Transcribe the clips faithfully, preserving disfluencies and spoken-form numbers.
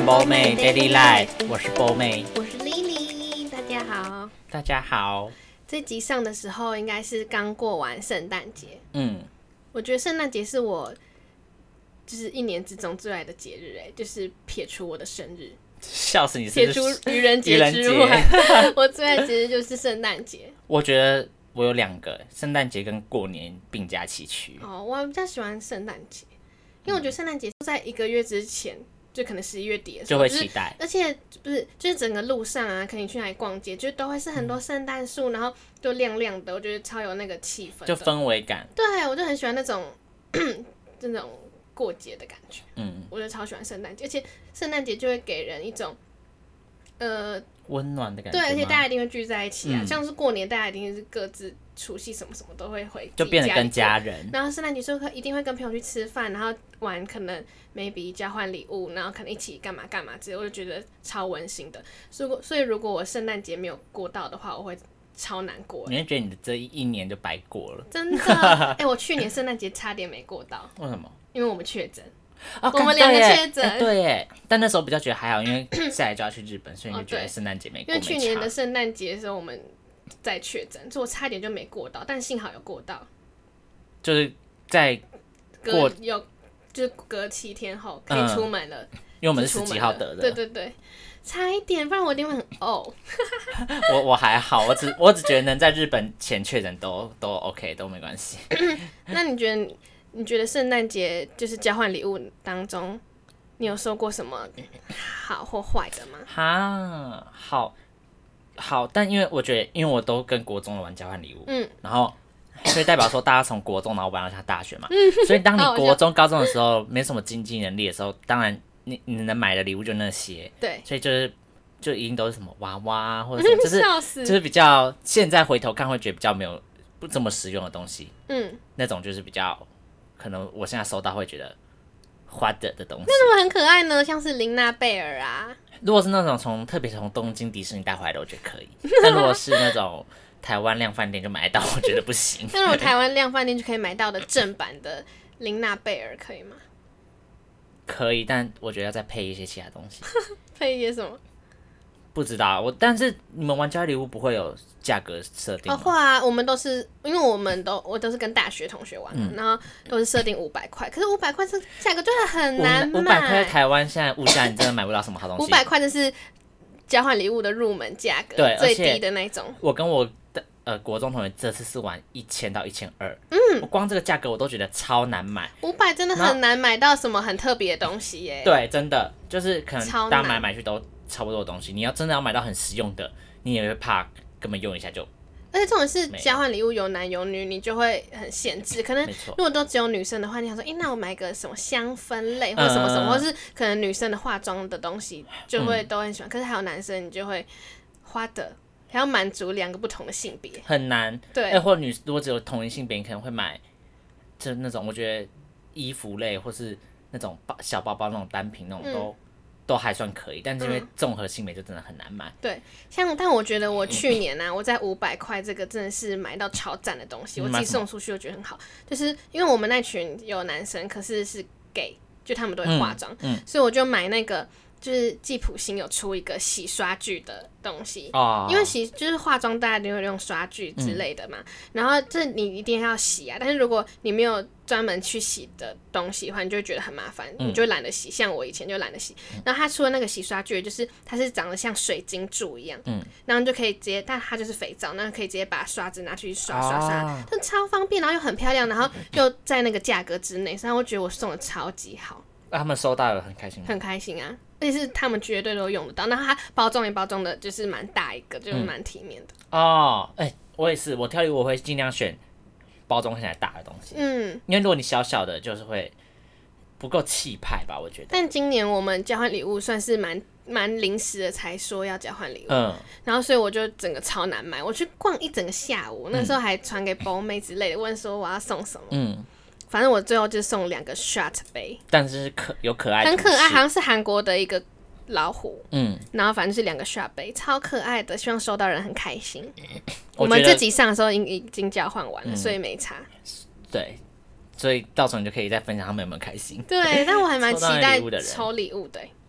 波妹 Daily Life， 我是波妹， 我是 Lily， 大家好。 大家好。 这集上的时候应该是刚过完圣诞节， 嗯， 我觉得圣诞节是我就是一年之中最爱的节日，哎，就是撇除我的生日， 笑死你！ 撇除愚人节之外，我最爱的节日就是圣诞节。 我觉得我有两个，圣诞节跟过年并驾齐驱。 哦，我比较喜欢圣诞节，因为我觉得圣诞节在一个月之前。就可能十一月底的时候就会期待， 就是、而且不是就是整个路上啊，可能你去哪里逛街，就都会是很多圣诞树，然后就亮亮的，我觉得超有那个气氛， 就氛围感。 对，我就很喜欢那种这种过节的感觉。 嗯， 我就超喜欢圣诞节，而且圣诞节就会给人一种呃温暖的感觉。 对，而且大家一定会聚在一起啊， 嗯、 像是过年大家一定是各自除夕什么什么都会回， 就变得跟家人。 然后圣诞节就一定会跟朋友去吃饭，然后玩可能 maybe 交换礼物，然后可能一起干嘛干嘛之类，我就觉得超温馨的。所以所以如果我圣诞节没有过到的话，我会超难过。 你会觉得你的这一年就白过了。 真的，哎、欸，我去年圣诞节差点没过到。 为什么？ 因为我们确诊。 哦、 我们两个确诊、 欸，对耶。但那时候比较觉得还好，因为下来就要去日本，所以你就觉得圣诞节没过。 因为去年的圣诞节的时候，我们在确诊，所以我差点就没过到，但幸好有过到。 就是在过有，就是隔七天后可以出门了。嗯、 因为我们是十几号得的。 对对对，差一点，不然我一定会很呕。 我我还好，我只我只觉得能在日本前确诊都都 OK 都没关系。 那你觉得？你觉得圣诞节就是交换礼物当中，你有收过什么好或坏的吗？ 哈，好，好，但因为我觉得，因为我都跟国中的玩交换礼物，嗯，然后所以代表说大家从国中然后玩到下大学嘛，嗯，所以当你国中、高中的时候没什么经济能力的时候，当然你你能买的礼物就那些， 对， 所以就是就一定都是什么娃娃或者什么，就是就是比较现在回头看会觉得比较没有不这么实用的东西，嗯，那种就是比较。可能我现在收到会觉得花的的东西， 那种很可爱呢，像是琳娜贝尔啊。 如果是那种从特别从东京迪士尼带回来的，我觉得可以。但如果是那种台湾量贩店就买得到，我觉得不行。 那种台湾量贩店就可以买到的正版的琳娜贝尔可以吗？ 可以，但我觉得要再配一些其他东西。 配一些什么？ 不知道，我但是你们玩交换礼物不会有价格设定吗？ 哦，会啊，我们都是因为我们都我都是跟大学同学玩，嗯、然后都是设定五百块，可是五百块这价格就是很难买。 五百块台湾现在物价你真的买不到什么好东西。 五百块就是交换礼物的入门价格， 对， 最低的那种。 我跟我的呃国中同学这次是玩一千到一千二，嗯，我光这个价格我都觉得超难买。 五百真的很难买到什么很特别的东西耶。 对，真的就是可能大家买买去都。差不多的东西，你要真的要买到很实用的，你也会怕根本用一下就。 而且这种是交换礼物有男有女，你就会很限制。可能如果都只有女生的话，你想说，哎、欸，那我买个什么香氛类或者什么什么，嗯、或是可能女生的化妆的东西，就会都很喜欢。嗯、可是还有男生，你就会花的还要满足两个不同的性别， 很难。对，哎、欸，或者女如果只有同一性别，你可能会买就那种我觉得衣服类或是那种包小包包那种单品那种都。嗯都还算可以，但是因为综合性别就真的很难买。嗯、 对，像但我觉得我去年啊，我在五百块这个真的是买到超赞的东西，我自己送出去我觉得很好。就是因为我们那群有男生，可是是 gay， 就他们都会化妆，嗯嗯、所以我就买那个。就是吉普星有出一个洗刷具的东西，哦、因为洗就是化妆大家都会用刷具之类的嘛，嗯、然后这你一定要洗啊，但是如果你没有专门去洗的东西的话，你就会觉得很麻烦，嗯、你就懒得洗。像我以前就懒得洗，嗯、然后他出的那个洗刷具，就是它是长得像水晶柱一样，嗯、然后你就可以直接，但它就是肥皂，那可以直接把刷子拿去刷刷刷，就、哦、超方便，然后又很漂亮，然后又在那个价格之内，所以我觉得我送的超级好。 那、啊、他们收到了很开心吗？ 很开心啊，而且是他们绝对都用得到。那它包装也包装的，就是蛮大一个，就是蛮体面的。 嗯、哦，哎、欸，我也是，我挑礼物我会尽量选包装起来大的东西。嗯，因为如果你小小的，就是会不够气派吧，我觉得。 但今年我们交换礼物算是蛮蛮临时的，才说要交换礼物。嗯，然后所以我就整个超难买，我去逛一整个下午，那时候还传给包妹之类的，问说我要送什么。嗯。反正我最后就送两个 shot 杯， 但是可有可爱， 很可爱，好像是韩国的一个老虎，嗯，然后反正是两个 shot 杯，超可爱的，希望收到人很开心。我, 我们这集上的时候已经交换完了，嗯、所以没差。 对，所以到时候你就可以再分享他们有没有开心。 对，但我还蛮期待抽礼物的。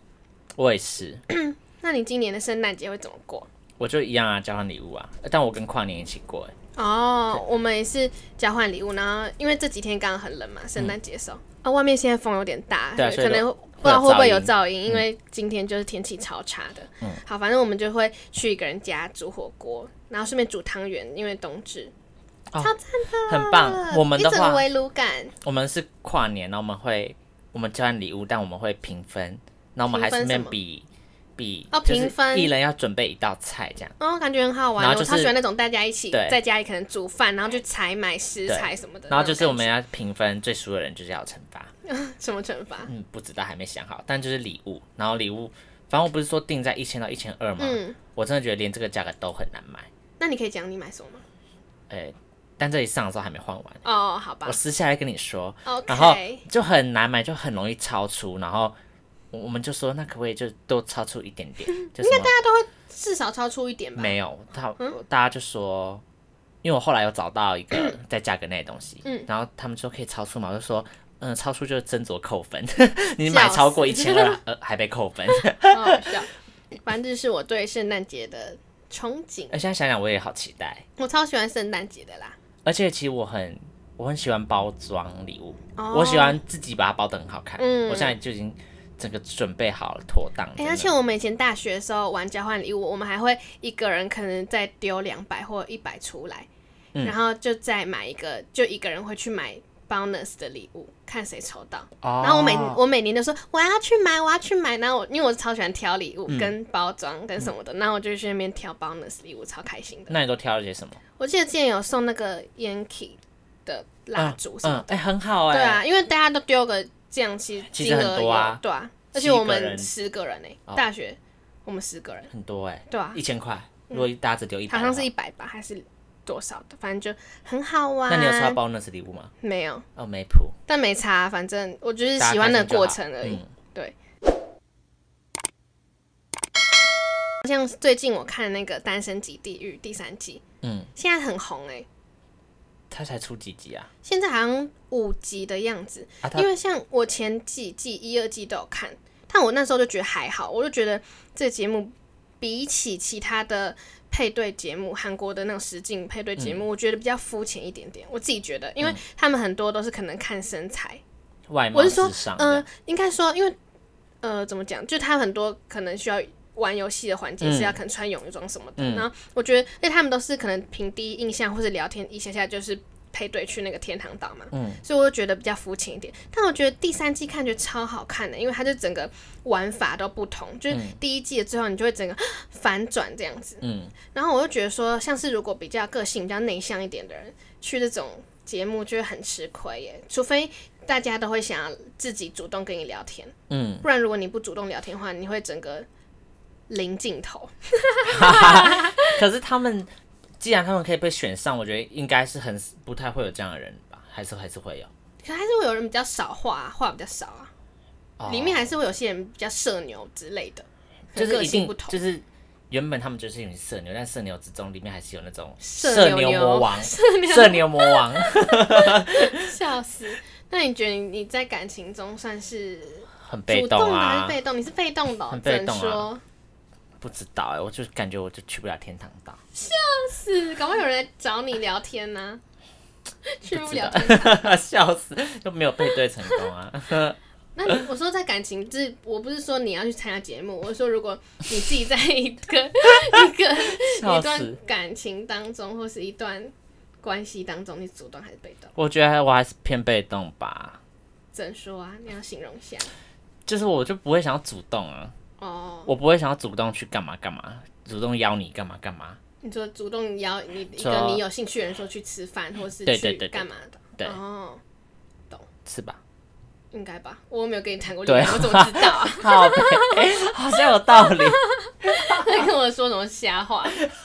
我也是。 那你今年的圣诞节会怎么过？ 我就一样啊，交换礼物啊，但我跟跨年一起过哎。 哦，我们也是交换礼物，然后因为这几天刚刚很冷嘛，圣诞节的时候、嗯、啊，外面现在风有点大， 对、啊， 可能不知道会不会有噪音，因为今天就是天气超差的。嗯，好，反正我们就会去一个人家煮火锅，然后顺便煮汤圆，因为冬至。哦、超赞的， 很棒。我们的话， 一整个围炉感。 我们是跨年，然后我们会我们交换礼物，但我们会平分，然后我们还顺便比。比哦，评分， 一人要准备一道菜这样， 哦，感觉很好玩。 然后、就是、 我超喜欢那种大家一起在家里可能煮饭，然后去采买食材什么的。 然后就是我们要评分，最输的人就是要惩罚。 什么惩罚？ 嗯，不知道，还没想好。但就是礼物，然后礼物，反正我不是说定在一千到一千二吗？嗯，我真的觉得连这个价格都很难买。 那你可以讲你买什么吗？ 哎、欸，但这里上的时候还没换完。 哦，好吧。 我私下来跟你说。 Okay. 然后就很难买，就很容易超出，然后。我们就说那可不可以就都超出一点点？就应该大家都会至少超出一点吧？ 没有，他、嗯、大家就说，因为我后来有找到一个在价格内的东西，嗯、然后他们说可以超出嘛，我就说嗯，超出就是斟酌扣分，你买超过一千二呃还被扣分， 好好笑。反正这是我对圣诞节的憧憬。 而现在想想我也好期待， 我超喜欢圣诞节的啦。 而且其实我很我很喜欢包装礼物、哦，我喜欢自己把它包得很好看。嗯，我现在就已经。整个准备好了，妥当。 哎、欸，而且我们以前大学的时候玩交换礼物，我们还会一个人可能再丢两百或一百出来、嗯，然后就再买一个，就一个人会去买 bonus 的礼物，看谁抽到。哦、然后我每我每年都说我要去买，我要去买。然后我因为我超喜欢挑礼物、嗯、跟包装跟什么的，然后我就去那边挑 bonus 礼物，超开心的。 那你都挑了些什么？ 我记得之前有送那个 Yankee 的蜡烛什么的， 哎、嗯嗯欸，很好哎、欸。 对啊，因为大家都丢个。这样其实金额很多啊， 对啊，而且我们十个人哎、欸哦，大学我们十个人， 很多哎、欸， 对啊， 一千块，如果大家只丢一百， 好像是一百吧，还是多少的，反正就很好玩。 那你有刷 bonus 礼物吗？ 没有， 哦，没谱， 但没差，反正我就是喜欢的过程而已。嗯、对，像最近我看那个《单身即地狱》第三季，嗯，现在很红哎、欸。 他才出几集啊？ 现在好像五集的样子、啊。因为像我前几季一二季都有看，但我那时候就觉得还好，我就觉得这个节目比起其他的配对节目，韩国的那种实境配对节目、嗯，我觉得比较肤浅一点点。我自己觉得，因为他们很多都是可能看身材， 外貌至上。 嗯、呃，应该说，因为呃，怎么讲，就他很多可能需要。玩游戏的环节是要可能穿泳装什么的、嗯，然后我觉得，因为他们都是可能凭第一印象或是聊天一下下就是配对去那个天堂岛嘛、嗯，所以我就觉得比较肤浅一点。但我觉得第三季看觉得超好看的，因为它就整个玩法都不同，就是第一季的最后你就会整个反转这样子，嗯，然后我就觉得说，像是如果比较个性比较内向一点的人去这种节目就会很吃亏耶，除非大家都会想要自己主动跟你聊天，嗯，不然如果你不主动聊天的话，你会整个。零镜头可是他们既然他们可以被选上，我觉得应该是很不太会有这样的人吧，还是还是会有， 可还是会有人比较少话，话比较少啊、哦，里面还是会有些人比较社牛之类的， 就是一定不同， 就是原本他们就是有社牛，但社牛之中里面还是有那种社牛魔王，社牛魔王， 笑死！那你觉得你在感情中算是很被动啊， 还是被动？你是被动的、喔， 很被动啊。 说不知道哎、欸，我就感觉我就去不了天堂岛。 笑死！搞不好有人来找你聊天呢、啊，去不了天堂。 笑死，又没有配对成功啊。 那我说在感情，就是我不是说你要去参加节目，我是说如果你自己在一个一个一段感情当中，或是一段关系当中，你主动还是被动？ 我觉得我还是偏被动吧。 怎说啊？你要形容一下。 就是我就不会想要主动啊。哦、oh. ，我不会想要主动去干嘛干嘛，主动邀你干嘛干嘛。 你说主动邀你一个你有兴趣的人说去吃饭，或是去干嘛的？ 对， 哦，懂是吧？ 应该吧，我没有跟你谈过恋爱，我怎么知道啊？ 好呗，好像有道理。 在跟我说什么瞎话？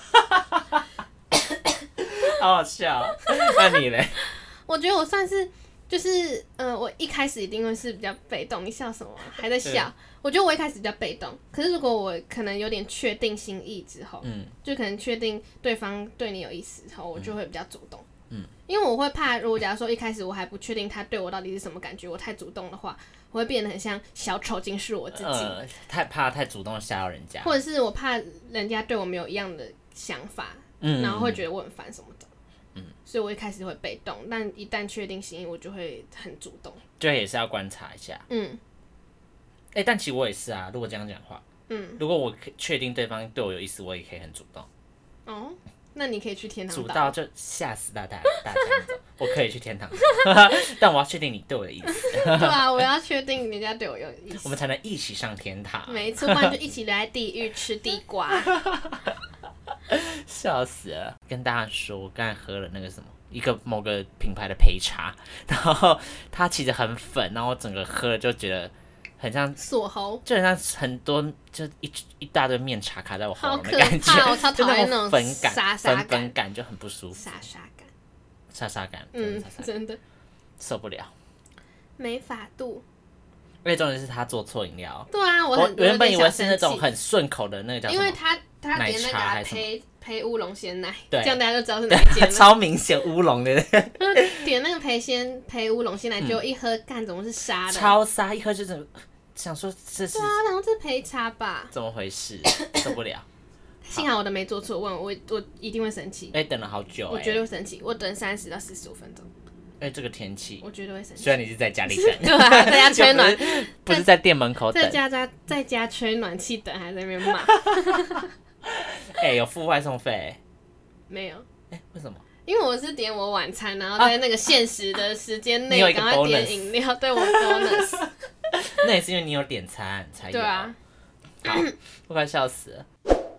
好好笑。那你嘞？ 我觉得我算是。就是呃，我一开始一定会是比较被动。你笑什么、啊？还在笑？我觉得我一开始比较被动，可是如果我可能有点确定心意之后，嗯，就可能确定对方对你有意思之后，我就会比较主动。 嗯，因为我会怕，如果假如说一开始我还不确定他对我到底是什么感觉，我太主动的话，我会变得很像小丑竟是我自己。 呃，太怕太主动吓到人家， 或者是我怕人家对我没有一样的想法，嗯，然后会觉得我很烦什么的。嗯，所以我一开始会被动，但一旦确定心意，我就会很主动。 就也是要观察一下。嗯，哎、欸，但其实我也是啊。如果这样讲话，嗯，如果我确定对方对我有意思，我也可以很主动。 哦，那你可以去天堂岛。 主到就吓死大家，大家那种。我可以去天堂，但我要确定你对我有意思。 对啊，我要确定人家对我有意思， 我们才能一起上天堂。 没错，不然就一起留在地狱吃地瓜。 笑死了！跟大家说，我刚才喝了那个什么，一个某个品牌的焙茶，然后它其实很粉，然后我整个喝了就觉得很像锁喉， 就很像很多就一一大堆面茶卡在我喉咙的感觉， 好可怕，我超讨厌那种粉感、 沙沙粉粉感就很不舒服， 沙沙感， 沙沙感， 嗯，真的受不了， 没法度。 因为重点是他做错饮料， 对啊，我我原本以为是那种很顺口的那个叫什么， 因为他他奶点那茶还个配配乌龙鲜奶， 对， 这样大家就知道是哪一间了。 超明显乌龙的， 点那个配鲜配乌龙鲜奶，就一喝，干怎么是沙的？ 超沙，一喝就是想说这是， 对啊，想说这是焙茶吧？ 怎么回事？受不了。 幸好我的没做错，问我我一定会生气。 哎、欸，等了好久、欸， 我绝对会生气，我等三十到四十五分钟。 哎、欸，这个天气， 我绝对会生气。 虽然你是在家里等， 对啊，在家吹暖， 不, 是不是在店门口等， 在家家在家吹暖气等，还在那边骂。 哎、欸，有付外送费、欸？ 没有。 哎、欸，为什么？ 因为我是点我晚餐，然后在那个限时的时间内赶快点饮料，对我 bonus。 那也是因为你有点餐才有。 对啊。 好，我快笑死了。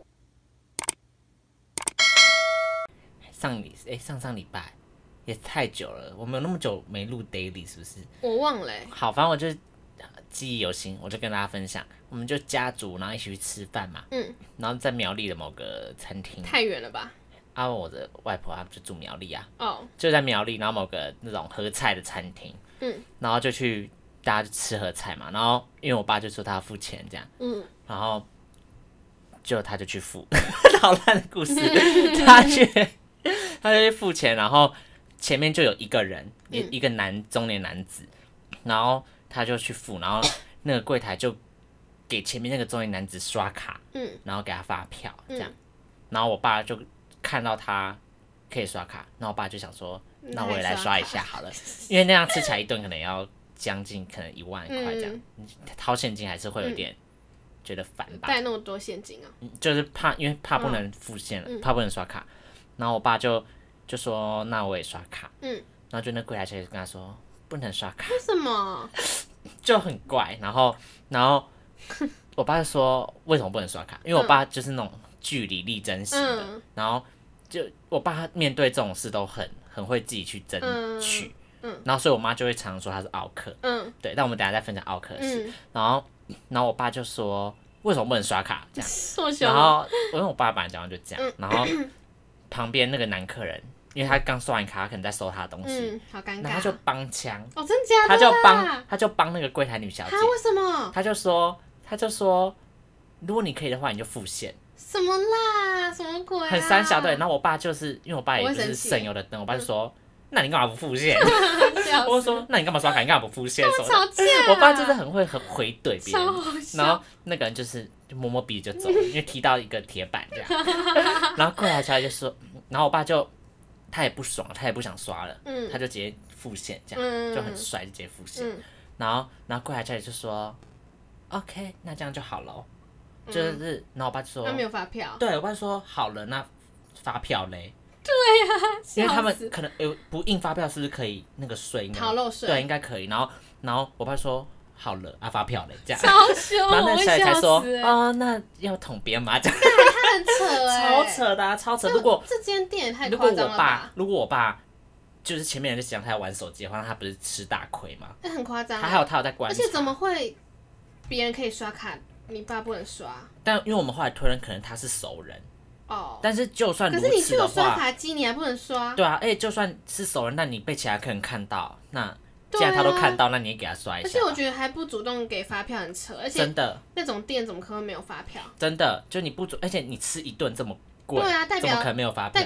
上礼哎、欸、上上礼拜也太久了，我们有那么久没录 daily 是不是？ 我忘了、欸。 好，反正我就记忆犹新，我就跟大家分享，我们就家族然后一起去吃饭嘛。嗯。然后在苗栗的某个餐厅。 太远了吧？ 啊，我的外婆她就住苗栗啊。 哦。Oh. 就在苗栗，然后某个那种合菜的餐厅。嗯。然后就去大家就吃合菜嘛，然后因为我爸就说他要付钱这样。嗯。然后就他就去付，好烂的故事，他去。他就去付钱，然后前面就有一个人，嗯、一个男中年男子，然后他就去付，然后那个柜台就给前面那个中年男子刷卡，嗯、然后给他发票这样，嗯、然后我爸就看到他可以刷卡，然后我爸就想说，那我也来刷一下好了，因为那样吃起来一顿可能要将近可能一万块这样，嗯、掏现金还是会有点觉得烦吧？ 带那么多现金啊？ 就是怕，因为怕不能付现了，嗯、怕不能刷卡。然后我爸就就说那我也刷卡，嗯，然后就那柜台小姐就跟他说不能刷卡， 为什么？ 就很怪。然后然后我爸就说为什么不能刷卡？因为我爸就是那种据理力争型的，嗯、然后就我爸面对这种事都很很会自己去争取，嗯，嗯然后所以我妈就会常常说他是奥客，嗯，对。但我们等一下再分享奥客的事，嗯、然后然后我爸就说为什么不能刷卡？这样，然后因为我爸本来讲话就这样，嗯、然后。旁边那个男客人，因为他刚刷完卡，他可能在收他的东西， 嗯，好尴尬， 然后他就帮腔， 哦，真假的， 他就帮，他就帮那个柜台女小姐， 他为什么？ 他就说，他就说，如果你可以的话，你就付现。 什么啦？什么鬼、啊？ 很三小对，然后我爸就是因为我爸也不是省油的灯，我爸就说，嗯、那你干嘛不付现？我就说，那你干嘛刷卡？你干嘛不付现？ 他们吵架、啊， 我爸就是很会很回怼别人，然后那个人就是就摸摸鼻子就走了，因为踢到一个铁板这样，然后柜台小姐就说。然后我爸就他也不爽，他也不想刷了，嗯、他就直接付现，这样、嗯、就很帅，就直接付现。嗯、然后，然后柜台小姐就说 ：“OK， 那这样就好了。嗯”就是，然后我爸就说：“ 他没有发票。” 对，我爸就说：“好了，那发票嘞？” 对呀、啊， 因为他们可能有不印发票，是不是可以那个税？ 逃漏税？ 对，应该可以。然后，然后我爸说。好了啊，发票嘞，这样。 超凶！ 然后那小姐才说， 欸、 哦，那要捅别人吗？这样。 他很扯哎、 欸，超扯的、啊，超扯。如果这间店也太夸张了吧？ 如果我爸，如果我爸就是前面人就讲他要玩手机的话，那他不是吃大亏吗？ 那、欸、很夸张。 他还有他有在观察。 而且怎么会别人可以刷卡，你爸不能刷？ 但因为我们后来推论，可能他是熟人。哦。但是就算如此的话， 可是你去有刷卡机，你还不能刷？ 对啊，而且就算是熟人，但你被其他客人看到，那。既然他都看到，那你也给他刷一下。 而且我觉得还不主动给发票很扯，而且真的那种店怎么可能没有发票？ 真的，就你不主，而且你吃一顿这么贵， 对啊，代表怎么可能没有发票？ 代表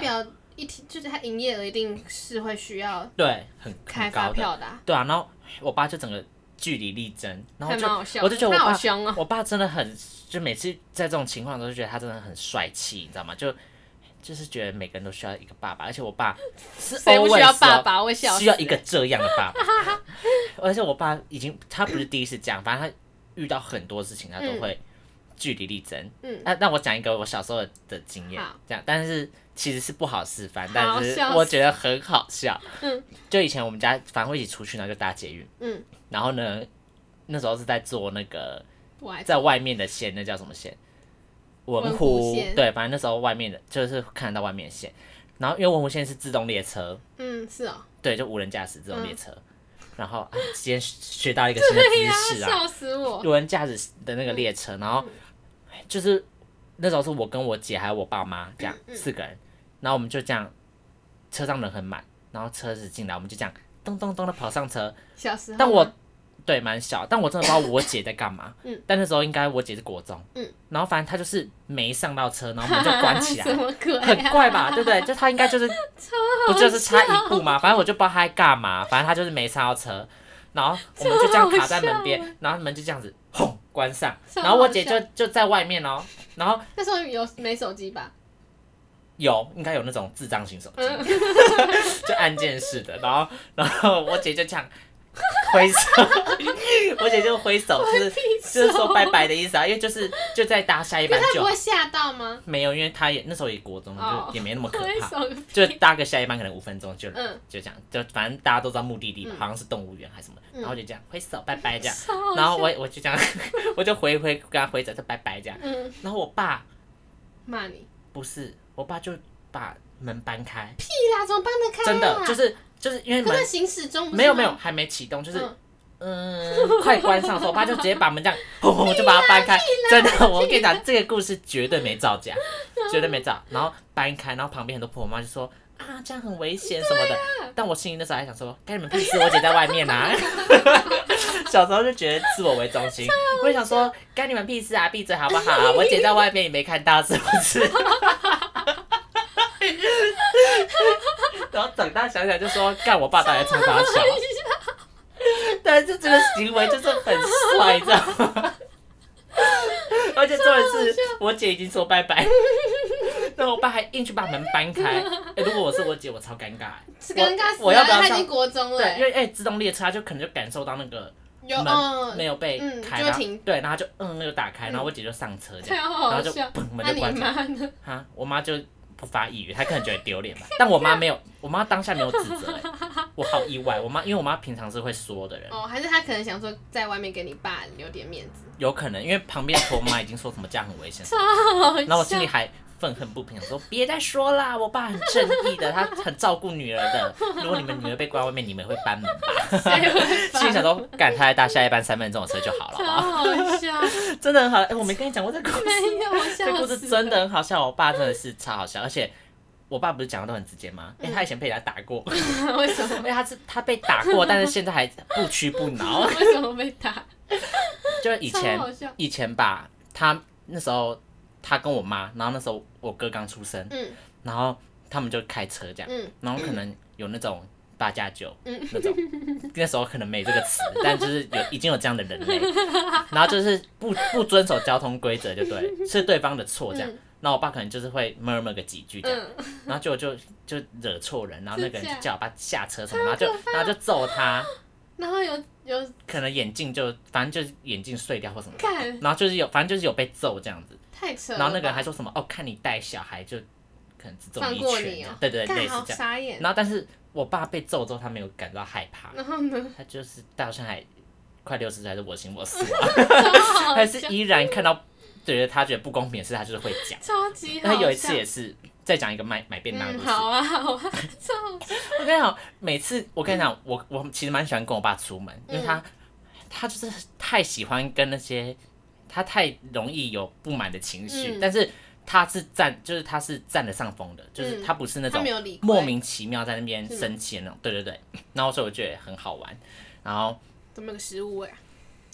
一天就是他营业额一定是会需要对很开发票的、啊， 对啊，然后我爸就整个据理力争，然后就我就觉得我爸、 哦、 我爸真的很，就每次在这种情况都是觉得他真的很帅气，你知道吗？就就是觉得每个人都需要一个爸爸，而且我爸是 always 谁不需要爸爸？我需要一个这样的爸爸，而且我爸已经他不是第一次这样，反正他遇到很多事情他都会据理力争。嗯，那那我讲一个我小时候的经验，这样，但是其实是不好示范，但是我觉得很好笑。嗯，就以前我们家反正会一起出去，然后就搭捷运。嗯，然后呢，那时候是在做那个在外面的线，那叫什么线？文湖，对，反正那时候外面的就是看得到外面的线，然后因为文湖线是自动列车， 嗯，是哦， 对，就无人驾驶自动列车，嗯、然后、啊、今天学到一个新的知识啊， 笑死我！ 无人驾驶的那个列车，然后就是那时候是我跟我姐还有我爸妈这样、嗯、四个人，然后我们就这样，车上人很满，然后车子进来，我们就这样咚咚咚的跑上车， 小时候， 但我。对，蛮小，但我真的不知道我姐在干嘛。嗯，但那时候应该我姐是国中。嗯，然后反正她就是没上到车，然后门就关起来， 什么鬼啊、 很怪吧？对不对？就她应该就是不就是差一步嘛？反正我就不知道她在干嘛，反正她就是没上到车，然后我们就这样卡在门边，然后门就这样子轰关上，然后我姐就就在外面哦，然后那时候有没手机吧？ 有，应该有那种智障型手机，嗯、就按键式的，然后然后我姐就这样。挥手，我姐就挥手，就是就是说拜拜的意思啊，因为就是就在搭下一班就。 可是他不会吓到吗？ 没有，因为他也那时候也国中，哦、就也没那么可怕，就搭个下一班可能五分钟就、嗯、就这样，就反正大家都知道目的地，嗯、好像是动物园还是什么，嗯、然后就这样挥手拜拜这样，然后我我就这样，我就回回跟他挥手就拜拜这样，嗯、然后我爸骂你， 不是，我爸就把门搬开。 屁啦，怎么搬得开、啊？ 真的就是。就是因为门在行驶中， 没有没有还没启动，就是嗯、呃、快关上的时候，我爸就直接把门这样轰轰就把它搬开，真的，我跟你讲，这个故事绝对没造假，绝对没造。然后搬开，然后旁边很多婆婆妈就说啊这样很危险什么的，啊、但我心里那时候还想说，该你们屁事，我姐在外面啊。小时候就觉得自我为中心，我就想说该你们屁事啊，闭嘴好不好、啊？我姐在外面也没看到，是不是？然后长大想想就说，干我爸到底在冲啥小？但是这个行为就是很帅，你知道吗？而且重点是我姐已经说拜拜，然后我爸还硬去把门搬开。哎、欸，如果我是我姐，我超尴尬、欸。 是尴尬死了， 我要不要他已经国中了、欸。 对，因为哎、欸，自动列车他就可能就感受到那个门没有被开，然后、嗯、对，然后就嗯那个打开，然后我姐就上车这样， 然后就砰门就关起来。 那你妈呢？ 哈，我妈就。不发一语，他可能觉得丢脸吧，但我妈没有，我妈当下没有指责、欸，我好意外，我妈因为我妈平常是会说的人， 哦，还是她可能想说在外面给你爸留点面子， 有可能，因为旁边的婆妈已经说什么这样很危险，然后我心里还愤恨不平，说别再说啦，我爸很正义的，他很照顾女儿的，如果你们女儿被关外面，你们会搬门吧？心里想说，赶他来搭下一班三分钟的车就好了，好不好？ 笑， 真的很好，哎、欸，我没跟你讲过这个故事， 没有， 这故事真的很好笑，我爸真的是超好笑，而且。我爸不是讲的都很直接吗？因为他以前被人家打过， 嗯、为什么？ 因为他是他被打过，但是现在还不屈不挠。 为什么被打？ 就是以前以前吧，他那时候他跟我妈，然后那时候我哥刚出生，嗯、然后他们就开车这样，嗯、然后可能有那种八加九那种，那时候可能没这个词，但就是有已经有这样的人类，然后就是不不遵守交通规则，就对，是对方的错这样。嗯然后我爸可能就是会 murmur 个几句这样，嗯、然后就就就惹错人，然后那个人就叫我爸下车什么，然后就然后就揍他， 然后有有可能眼镜就反正就是眼镜碎掉或什么，然后就是有反正就是有被揍这样子， 太扯了。 然后那个人还说什么哦，看你带小孩就可能只揍你一拳这样，哦、对对对，类似这样。然后但是我爸被揍之后，他没有感到害怕， 然后呢， 他就是到现在快六十岁还是我行我素啊，还是依然看到。觉得他觉得不公平的事，他就是会讲。 超级好笑。 他有一次也是再讲一个买买便当的故事。 嗯、好啊，好啊，超好笑。 我跟你讲，每次我跟你讲，我我其实蛮喜欢跟我爸出门，因为他、嗯、他就是太喜欢跟那些他太容易有不满的情绪，嗯、但是他是占就是他是占得上风的，就是他不是那种莫名其妙在那边生气的那种。对对对，然后所以我觉得很好玩，然后怎么有个食物味啊？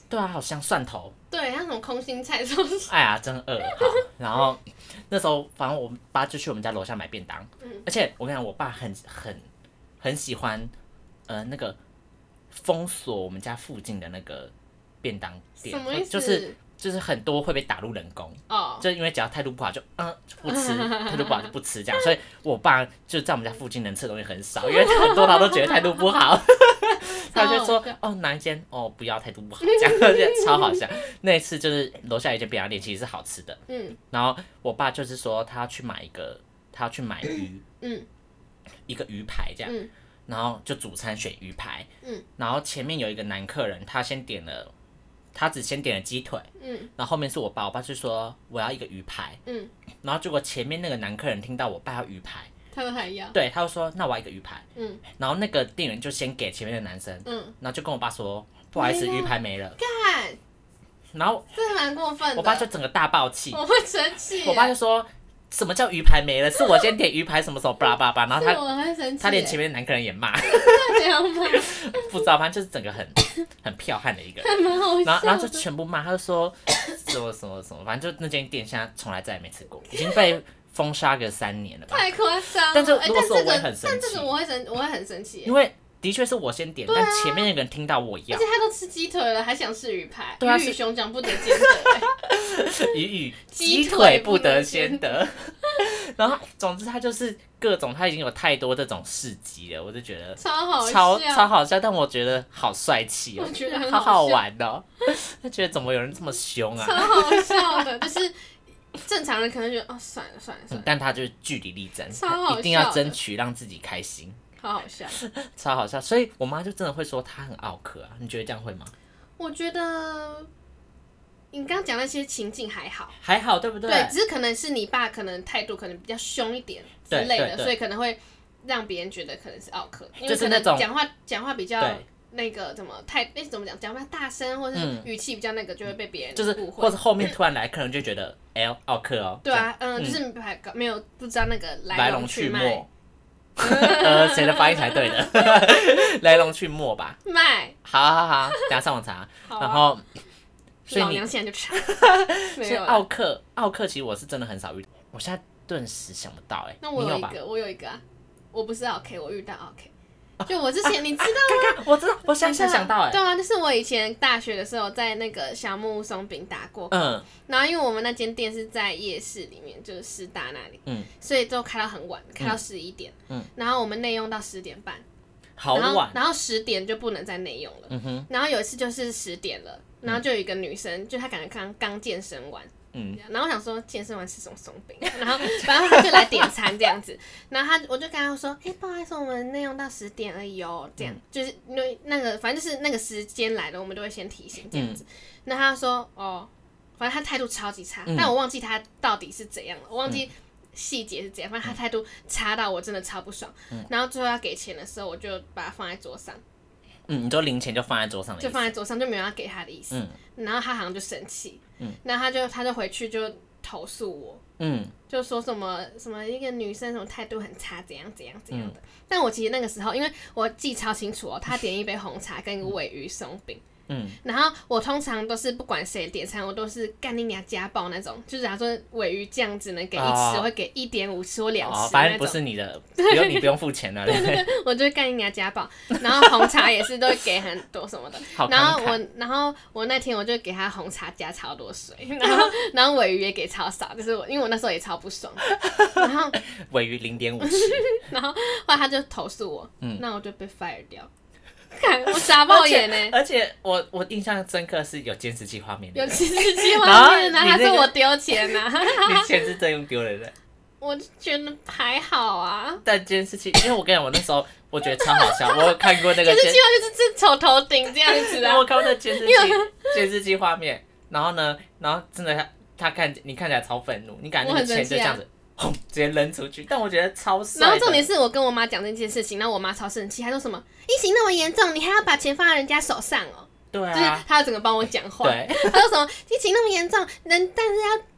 对啊，好像蒜头。 对，像什么空心菜寿司。 哎呀，真饿。好，然后那时候反正我爸就去我们家楼下买便当，嗯、而且我跟你讲，我爸很很很喜欢呃那个封锁我们家附近的那个便当店， 什么意思？ 就是就是很多会被打入人工，哦，就因为只要态度不好就嗯不吃，态度不好就不吃这样，所以我爸就在我们家附近能吃的东西很少，因为很多他都觉得态度不好。他就说哦哪一间哦不要态度不好这样，而且超好笑。那一次就是楼下有一间便当店，其实是好吃的，嗯，然后我爸就是说他要去买一个，他要去买鱼，嗯，一个鱼排这样，嗯，然后就主餐选鱼排，嗯，然后前面有一个男客人，他先点了，他只先点了鸡腿，嗯，然后后面是我爸，我爸就说我要一个鱼排，嗯，然后结果前面那个男客人听到我爸要鱼排。 他都还要， 对，他就说那我要一个鱼排，嗯，然后那个店员就先给前面的男生，嗯，然后就跟我爸说不好意思，鱼排没了， 干， 然后这蛮过分的， 我爸就整个大爆气， 我会生气， 我爸就说什么叫鱼排没了？是我先点鱼排什么什么巴拉巴拉，然后他我会生气， 他连前面的男客人也骂， 这样吗？ 不知道，反正就是整个很很剽悍的一个人， 还蛮好笑的， 然后然后就全部骂，他就说什么什么什么，反正就那间店现在从来再也没吃过，已经被封杀个三年了吧？ 太夸张了！ 但是如果是我，我会很生气。 但这个我会生，我会很生气， 因为的确是我先点，啊、但前面那个人听到我要， 而且他都吃鸡腿了，还想吃鱼排，对啊，鱼与熊掌不得兼得， 鱼与鸡腿不得兼得。然后总之他就是各种，他已经有太多这种事迹了，我就觉得超好笑， 超超好笑，但我觉得好帅气哦， 我觉得很好好玩哦，他觉得怎么有人这么凶啊？ 超好笑的，就是。正常人可能觉得哦算了算了算了， 嗯、但他就是据理力争， 超好笑， 一定要争取让自己开心， 好好笑， 超好笑。所以我妈就真的会说他很傲客啊，你觉得这样会吗？ 我觉得你刚刚讲那些情境还好， 还好对不对？ 对，只是可能是你爸可能态度可能比较凶一点之类的，所以可能会让别人觉得可能是傲客，因为可能讲话讲话比较。那个怎么太哎、欸、怎么讲讲话大声或者是语气比较那个，就会被别人就是或者后面突然来客人就觉得哎呦傲客哦， 对啊，嗯，就是没有不知道那个来龙去脉， 呃，谁的发音才对的？来龙去脉吧， 脉， 好好好，等下上网查， 啊、 然后所以老娘现在就查， 所以傲客傲客其实我是真的很少遇到，我现在顿时想不到哎、欸， 那我有一个，我有一个啊，我不是傲客，我遇到傲客。就我之前，啊、你知道吗？我知道，我现在想到哎、欸。 对啊，就是我以前大学的时候在那个小木屋松饼打过，嗯，然后因为我们那间店是在夜市里面，就是师大那里，嗯，所以都开到很晚，开到十一点，嗯，然后我们内用到十点半， 好晚， 然后十点就不能再内用了，嗯哼，然后有一次就是十点了，然后就有一个女生，就她感觉刚刚健身完。嗯，然后我想说健身完吃什么松饼，然后反正他就来点餐这样子，然后他我就跟他说，哎、欸，不好意思，我们内用到十点而已哦，这样、嗯、就是因为那个反正就是那个时间来了，我们都会先提醒这样子。那、嗯、他说哦，反正他态度超级差、嗯，但我忘记他到底是怎样了，我忘记细节是怎样，反正他态度差到我真的超不爽。嗯、然后最后要给钱的时候，我就把它放在桌上。 嗯，你说零钱就放在桌上的意思， 就放在桌上，就没有要给他的意思。嗯、然后他好像就生气，嗯，然后他就他就回去就投诉我，嗯，就说什么什么一个女生什么态度很差，怎样怎样怎样的。嗯、但我其实那个时候，因为我记超清楚哦，他点一杯红茶跟一个鮪鱼松饼。嗯，然后我通常都是不管谁点餐，我都是干你娘家暴那种，就是假如说鮪鱼酱只能给一吃，哦、我会给一点五吃或两吃、哦， 反正不是你的，不用你不用付钱了。 对对对，我就会干你娘家暴。然后红茶也是都会给很多什么的，然后我然后我那天我就给他红茶加超多水，然后然后鮪鱼也给超少，就是我因为我那时候也超不爽，然后鮪鱼零点五吃， 然后后来他就投诉我，嗯，那我就被 fire 掉。我傻爆眼呢、欸！ 而且我我印象深刻是有监视器画面， 有监视器画面呢、啊，还是我丢钱呢、啊？ 你钱是真用丢了的。 我就觉得还好啊。 但监视器，因为我跟你讲，我那时候我觉得超好笑，我有看过那个监视器画面就是这丑头顶这样子啊。 我看过那监视器监视器画面，然后呢，然后真的他他看你看起来超愤怒，你感觉那个钱就这样子。轰！直接扔出去，但我觉得超帅。 然后重点是我跟我妈讲这件事情，然后我妈超生气，她说什么疫情那么严重，你还要把钱放在人家手上哦？ 对啊， 就是她要整个帮我讲话。对，她说什么疫情那么严重，人但是要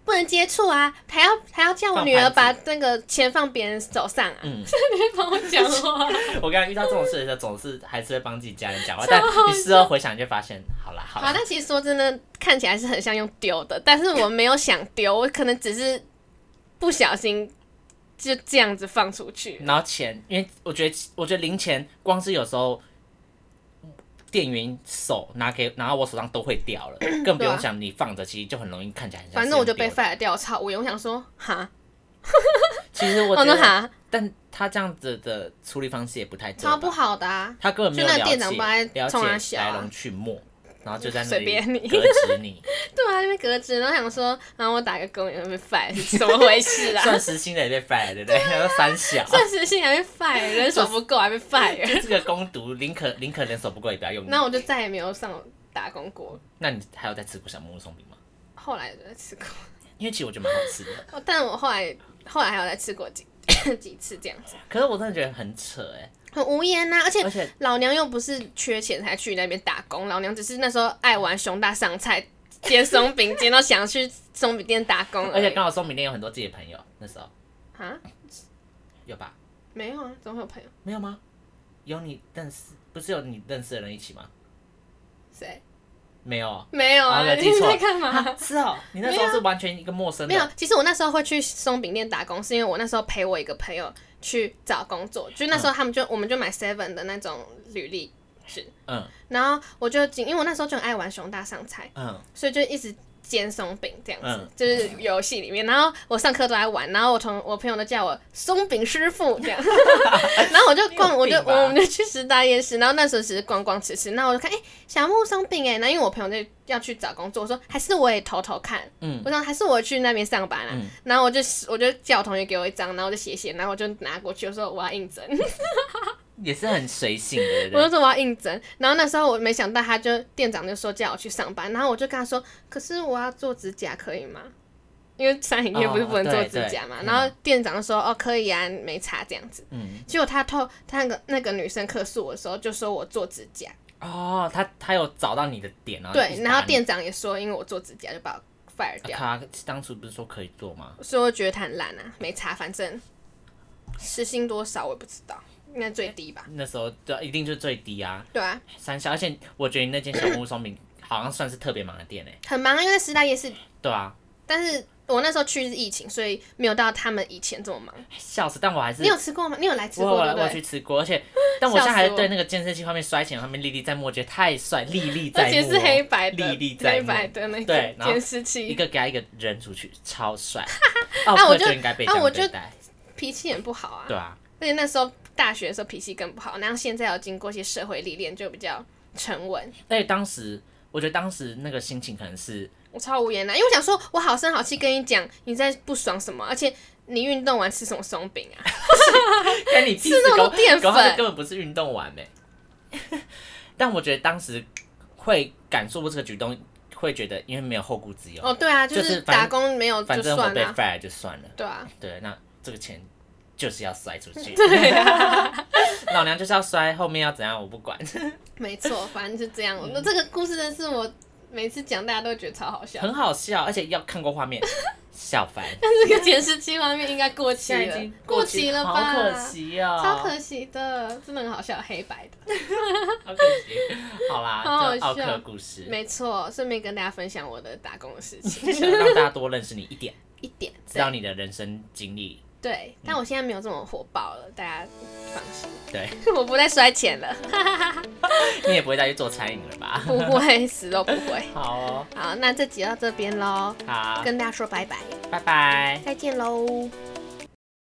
不能接触啊，还要还要叫我女儿把那个钱放别人手上啊。嗯，你会帮我讲话。 我刚刚遇到这种事的时候，总是还是会帮自己家人讲话，但你事后回想，你就发现，好啦好啦。 好，但其实说真的，看起来是很像用丢的，但是我没有想丢，我可能只是不小心就这样子放出去。 然后钱，因为我觉得，我觉得零钱光是有时候。店员手拿给拿到我手上都会掉了，更不用想你放着，其实就很容易看起来很像。 反正我就被 fire 掉，超无言。我想说，哈， 其实我觉得，哦、但他这样子的处理方式也不太对， 超不好的啊。 他根本没有了解店长不爱了解来龙去脉，然后就在那里革职你。 对啊，那边革职，然后想说，然后我打个工也会被 fire， 是怎么回事啊？ 算时薪的也被 fire， 对不对？然后三小， 算时薪还被 fire， 人手不够还被 fire。 就这个工读，宁可宁可人手不够也不要用。 那我就再也没有上打工过。 那你还有在吃过小木屋松饼吗？ 后来有在吃过， 因为其实我觉得蛮好吃的。 但我后来后来还有在吃过几几次这样子。 可是我真的觉得很扯哎、欸。 很无言呐、啊，而且老娘又不是缺钱才去那边打工，老娘只是那时候爱玩熊大上菜，煎松饼煎到想去松饼店打工而已。 而且刚好松饼店有很多自己的朋友，那时候啊， 有吧？ 没有啊，怎么会有朋友？ 没有吗？有你认识，不是有你认识的人一起吗？ 谁？ 没有， 没有啊！ 你在干嘛？ 是哦，你那时候是完全一个陌生的。 没有，其实我那时候会去松饼店打工，是因为我那时候陪我一个朋友去找工作，就那时候他们就、嗯、我们就买 seven 的那种履历纸，嗯，然后我就因为我那时候就很爱玩熊大上菜，嗯，所以就一直煎松饼这样子，嗯、就是游戏里面，然后我上课都在玩，然后我同我朋友都叫我松饼师傅这样，然后我就逛，我就我们就去十大夜市，然后那时候只是逛逛吃吃，然后我就看哎、欸、小木松饼哎，那因为我朋友就要去找工作，我说还是我也偷偷看，嗯，我想还是我去那边上班啊，嗯、然后我就我就叫我同学给我一张，然后我就写写，然后我就拿过去，我说我要应征。 也是很随性的， 我就说我要应征，然后那时候我没想到，他就店长就说叫我去上班，然后我就跟他说，可是我要做指甲可以吗？因为餐饮业不是不能做指甲嘛，哦、然后店长就说、嗯、哦可以啊，没差这样子。嗯，结果他透他那个那个女生客诉我的时候，就说我做指甲。 哦，他他有找到你的点啊。 对，然后店长也说，因为我做指甲就把我 fire 掉。 他当初不是说可以做吗？ 所以我觉得他很烂啊，没差，反正时薪多少我也不知道。应该最低吧？ 那时候对，一定就是最低啊。 对啊， 三小，而且我觉得那间小木屋松饼好像算是特别忙的店诶、 欸。很忙，因为在师大夜市。 对啊。 但是我那时候去是疫情，所以没有到他们以前这么忙。 笑死！但我还是你有吃过吗？你有来吃过我对不对？ 我有去吃过，而且但我现在还是对那个健身器画面摔钱，画面历历在目，我觉得太帅，历历在目、哦。 而且是黑白的， 历历在目， 黑白的那个监视器， 一个给他一个人出去，超帅。奥克就应该被这样对待。 脾气很不好啊。 对啊。 而且那时候大学的时候脾气更不好，然后现在有经过一些社会历练，就比较沉稳。 而且当时，我觉得当时那个心情可能是我超无言的，因为我想说，我好声好气跟你讲，你在不爽什么？而且你运动完吃什么松饼啊？ 跟你吃那么多淀粉， 根本不是运动完呗。但我觉得当时会敢做出这个举动，会觉得因为没有后顾之忧。 哦，对啊，就是打工没有就算了， 反正我被 fire 就算了。 对啊， 对，那这个钱就是要摔出去。 对啊， 老娘就是要摔，后面要怎样我不管。 没错，反正就这样。那、嗯、这个故事真是我每次讲大家都觉得超好笑， 很好笑，而且要看过画面，笑翻。 但这个监视器画面应该过期了，过期了吧？ 好可惜哦， 超可惜的，真的很好笑，黑白的， 好可惜。好啦，好好笑，奥克故事， 没错，顺便跟大家分享我的打工的事情， 让大家多认识你一点， 一点， 知道你的人生经历。 对，但我现在没有这么火爆了，大家放心。 对， 我不再摔钱了。 你也不会再去做餐饮了吧？ 不会，死都不会。 好哦， 好，那这集到这边喽。 好， 跟大家说拜拜。 拜拜， 再见喽。